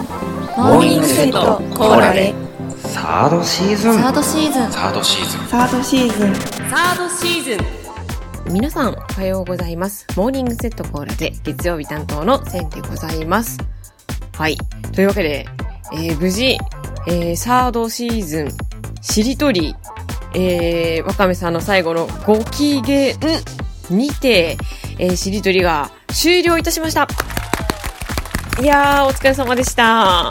モーニングセットコーラでサードシーズン皆さんおはようございます。モーニングセットコーラで月曜日担当のセンでございます。はい、というわけで、無事、サードシーズンしりとり、わかめさんの最後のご機嫌にて、しりとりが終了いたしました。いやー、お疲れ様でした。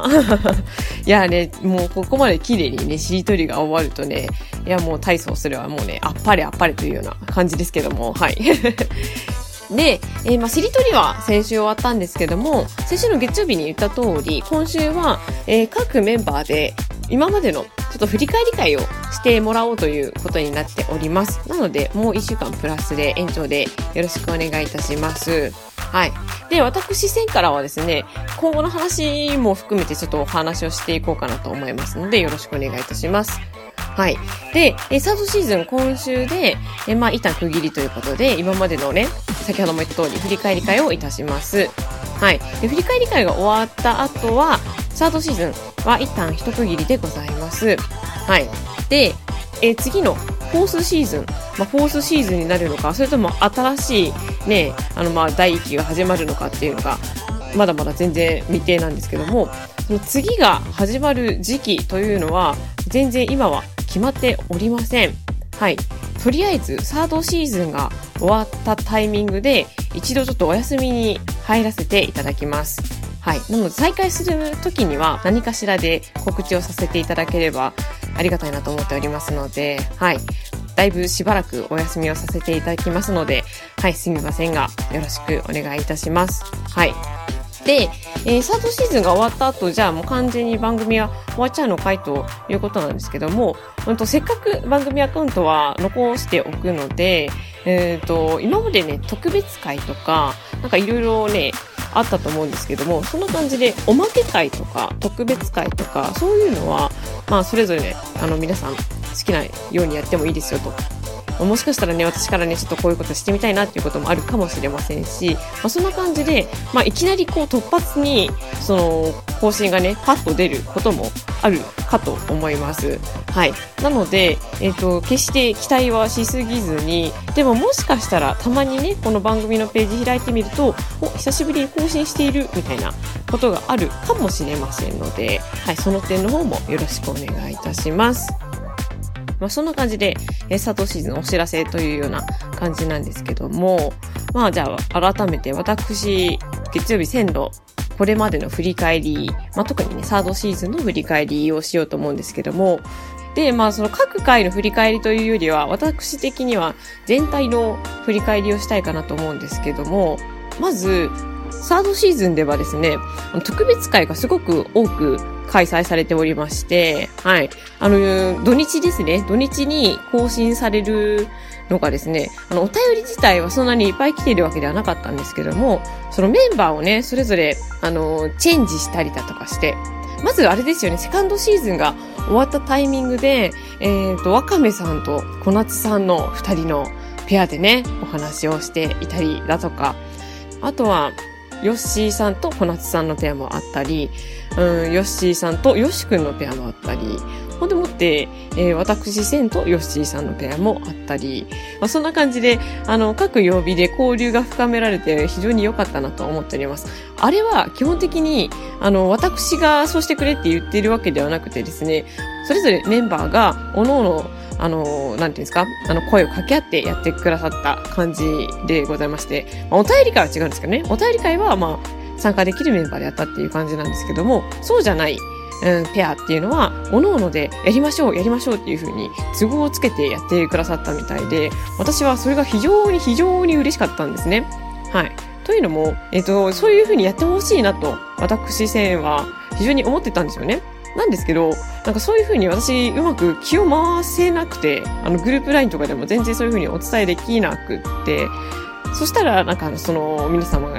いやーね、もうここまで綺麗にね、しりとりが終わるとね、いやもう大層それはもうね、あっぱれというような感じですけども、はい。で、しりとりは先週終わったんですけども、先週の月曜日に言った通り、今週は、各メンバーで今までのちょっと振り返り会をしてもらおうということになっております。なので、もう1週間プラスで延長でよろしくお願いいたします。はい。で、私センからはですね、今後の話も含めてちょっとお話をしていこうかなと思いますので、よろしくお願いいたします。はい。で、サードシーズン今週で、一旦区切りということで、今までのね、先ほども言った通り、振り返り会をいたします。はい。で、振り返り会が終わった後は、サードシーズンは一旦一区切りでございます。はい。で、次のフォースシーズン、フォースシーズンになるのか、それとも新しいね、第1期が始まるのかっていうのが、まだまだ全然未定なんですけども、その次が始まる時期というのは、全然今は決まっておりません。はい。とりあえず、サードシーズンが終わったタイミングで、一度ちょっとお休みに入らせていただきます。はい。なので、再開するときには何かしらで告知をさせていただければありがたいなと思っておりますので、はい。だいぶしばらくお休みをさせていただきますので、はい、すみませんが、よろしくお願いいたします。はい。で、サードシーズンが終わった後、じゃあもう完全に番組は終わっちゃうのかいということなんですけども、せっかく番組アカウントは残しておくので、今までね、特別会とか、なんかいろいろね、あったと思うんですけども、そんな感じでおまけ会とか特別会とかそういうのはそれぞれね、皆さん好きなようにやってもいいですよと。もしかしたらね、私からね、ちょっとこういうことしてみたいなっていうこともあるかもしれませんし、そんな感じで、いきなりこう突発にその更新がね、パッと出ることもあるかと思います。はい。なので、決して期待はしすぎずに、でももしかしたらたまにね、この番組のページ開いてみると、久しぶりに更新しているみたいなことがあるかもしれませんので、はい、その点の方もよろしくお願いいたします。そんな感じで、サードシーズンのお知らせというような感じなんですけども、じゃあ改めて私、月曜日鮮度、これまでの振り返り、特にね、サードシーズンの振り返りをしようと思うんですけども、で、その各回の振り返りというよりは、私的には全体の振り返りをしたいかなと思うんですけども、まず、サードシーズンではですね、特別会がすごく多く開催されておりまして、はい。土日ですね。土日に更新されるのがですね、お便り自体はそんなにいっぱい来ているわけではなかったんですけども、そのメンバーをね、それぞれ、チェンジしたりだとかして、まずあれですよね、セカンドシーズンが終わったタイミングで、わかめさんと小夏さんの2人のペアでね、お話をしていたりだとか、あとは、ヨッシーさんと小夏さんのペアもあったり、ヨッシーさんとヨシくんのペアもあったり、ほんでもって、私センとヨッシーさんのペアもあったり、そんな感じで、各曜日で交流が深められて非常に良かったなと思っております。あれは基本的に、私がそうしてくれって言っているわけではなくてですね、それぞれメンバーが、各々、なんていうんですか、声を掛け合ってやってくださった感じでございまして、お便り会は違うんですけどね、お便り会は参加できるメンバーでやったっていう感じなんですけども、そうじゃない、ペアっていうのは、各々でやりましょうっていう風に都合をつけてやってくださったみたいで、私はそれが非常に嬉しかったんですね。はい。というのも、そういう風にやってほしいなと、私センは非常に思ってたんですよね。なんですけど、なんかそういう風に私うまく気を回せなくて、グループ LINE とかでも全然そういう風にお伝えできなくって、そしたらなんかその皆様がね、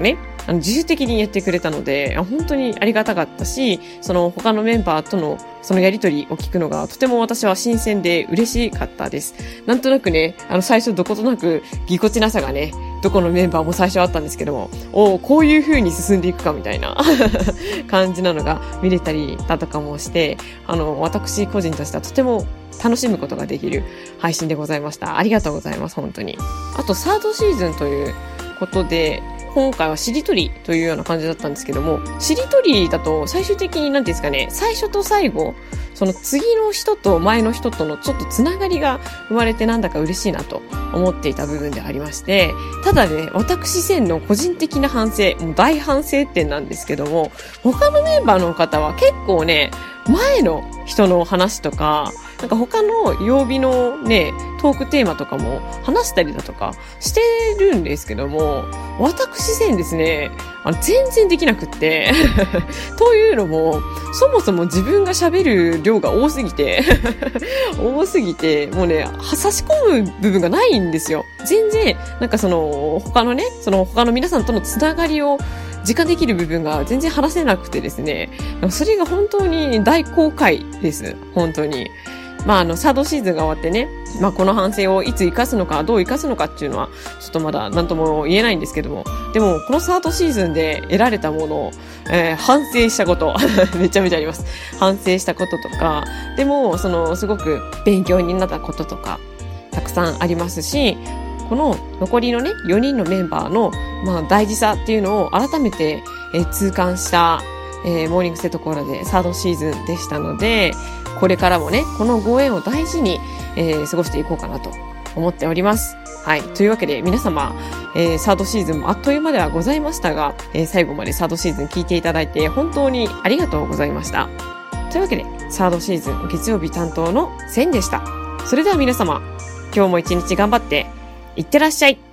自主的にやってくれたので、本当にありがたかったし、その他のメンバーとのそのやりとりを聞くのがとても私は新鮮で嬉しかったです。なんとなくね、最初どことなくぎこちなさがね、どこのメンバーも最初あったんですけども、こういう風に進んでいくかみたいな感じなのが見れたりだとかもして、私個人としてはとても楽しむことができる配信でございました。ありがとうございます、本当に。あと、サードシーズンということで、今回はしりとりというような感じだったんですけども、しりとりだと最終的になんていうんですかね、最初と最後、その次の人と前の人とのちょっとつながりが生まれてなんだか嬉しいなと思っていた部分でありまして、ただね、私千の個人的な反省、もう大反省点なんですけども、他のメンバーの方は結構ね、前の人の話とか、なんか他の曜日のね、トークテーマとかも話したりだとかしてるんですけども、私千ですね、全然できなくって。というのも、そもそも自分が喋る量が多すぎて、もうね、差し込む部分がないんですよ。全然、なんか他の皆さんとのつながりを実感できる部分が全然話せなくてですね、それが本当に大後悔です。本当に。サードシーズンが終わってね、この反省をいつ生かすのか、どう生かすのかっていうのは、ちょっとまだ何とも言えないんですけども、でも、このサードシーズンで得られたものを、反省したこと、めちゃめちゃあります。反省したこととか、でも、すごく勉強になったこととか、たくさんありますし、この残りのね、4人のメンバーの、大事さっていうのを改めて、痛感した、モーニングセットコーラでサードシーズンでしたので、これからもね、このご縁を大事に、過ごしていこうかなと思っております。はい。というわけで皆様、サードシーズンもあっという間ではございましたが、最後までサードシーズン聞いていただいて本当にありがとうございました。というわけで、サードシーズン月曜日担当のセンでした。それでは皆様、今日も一日頑張って、いってらっしゃい。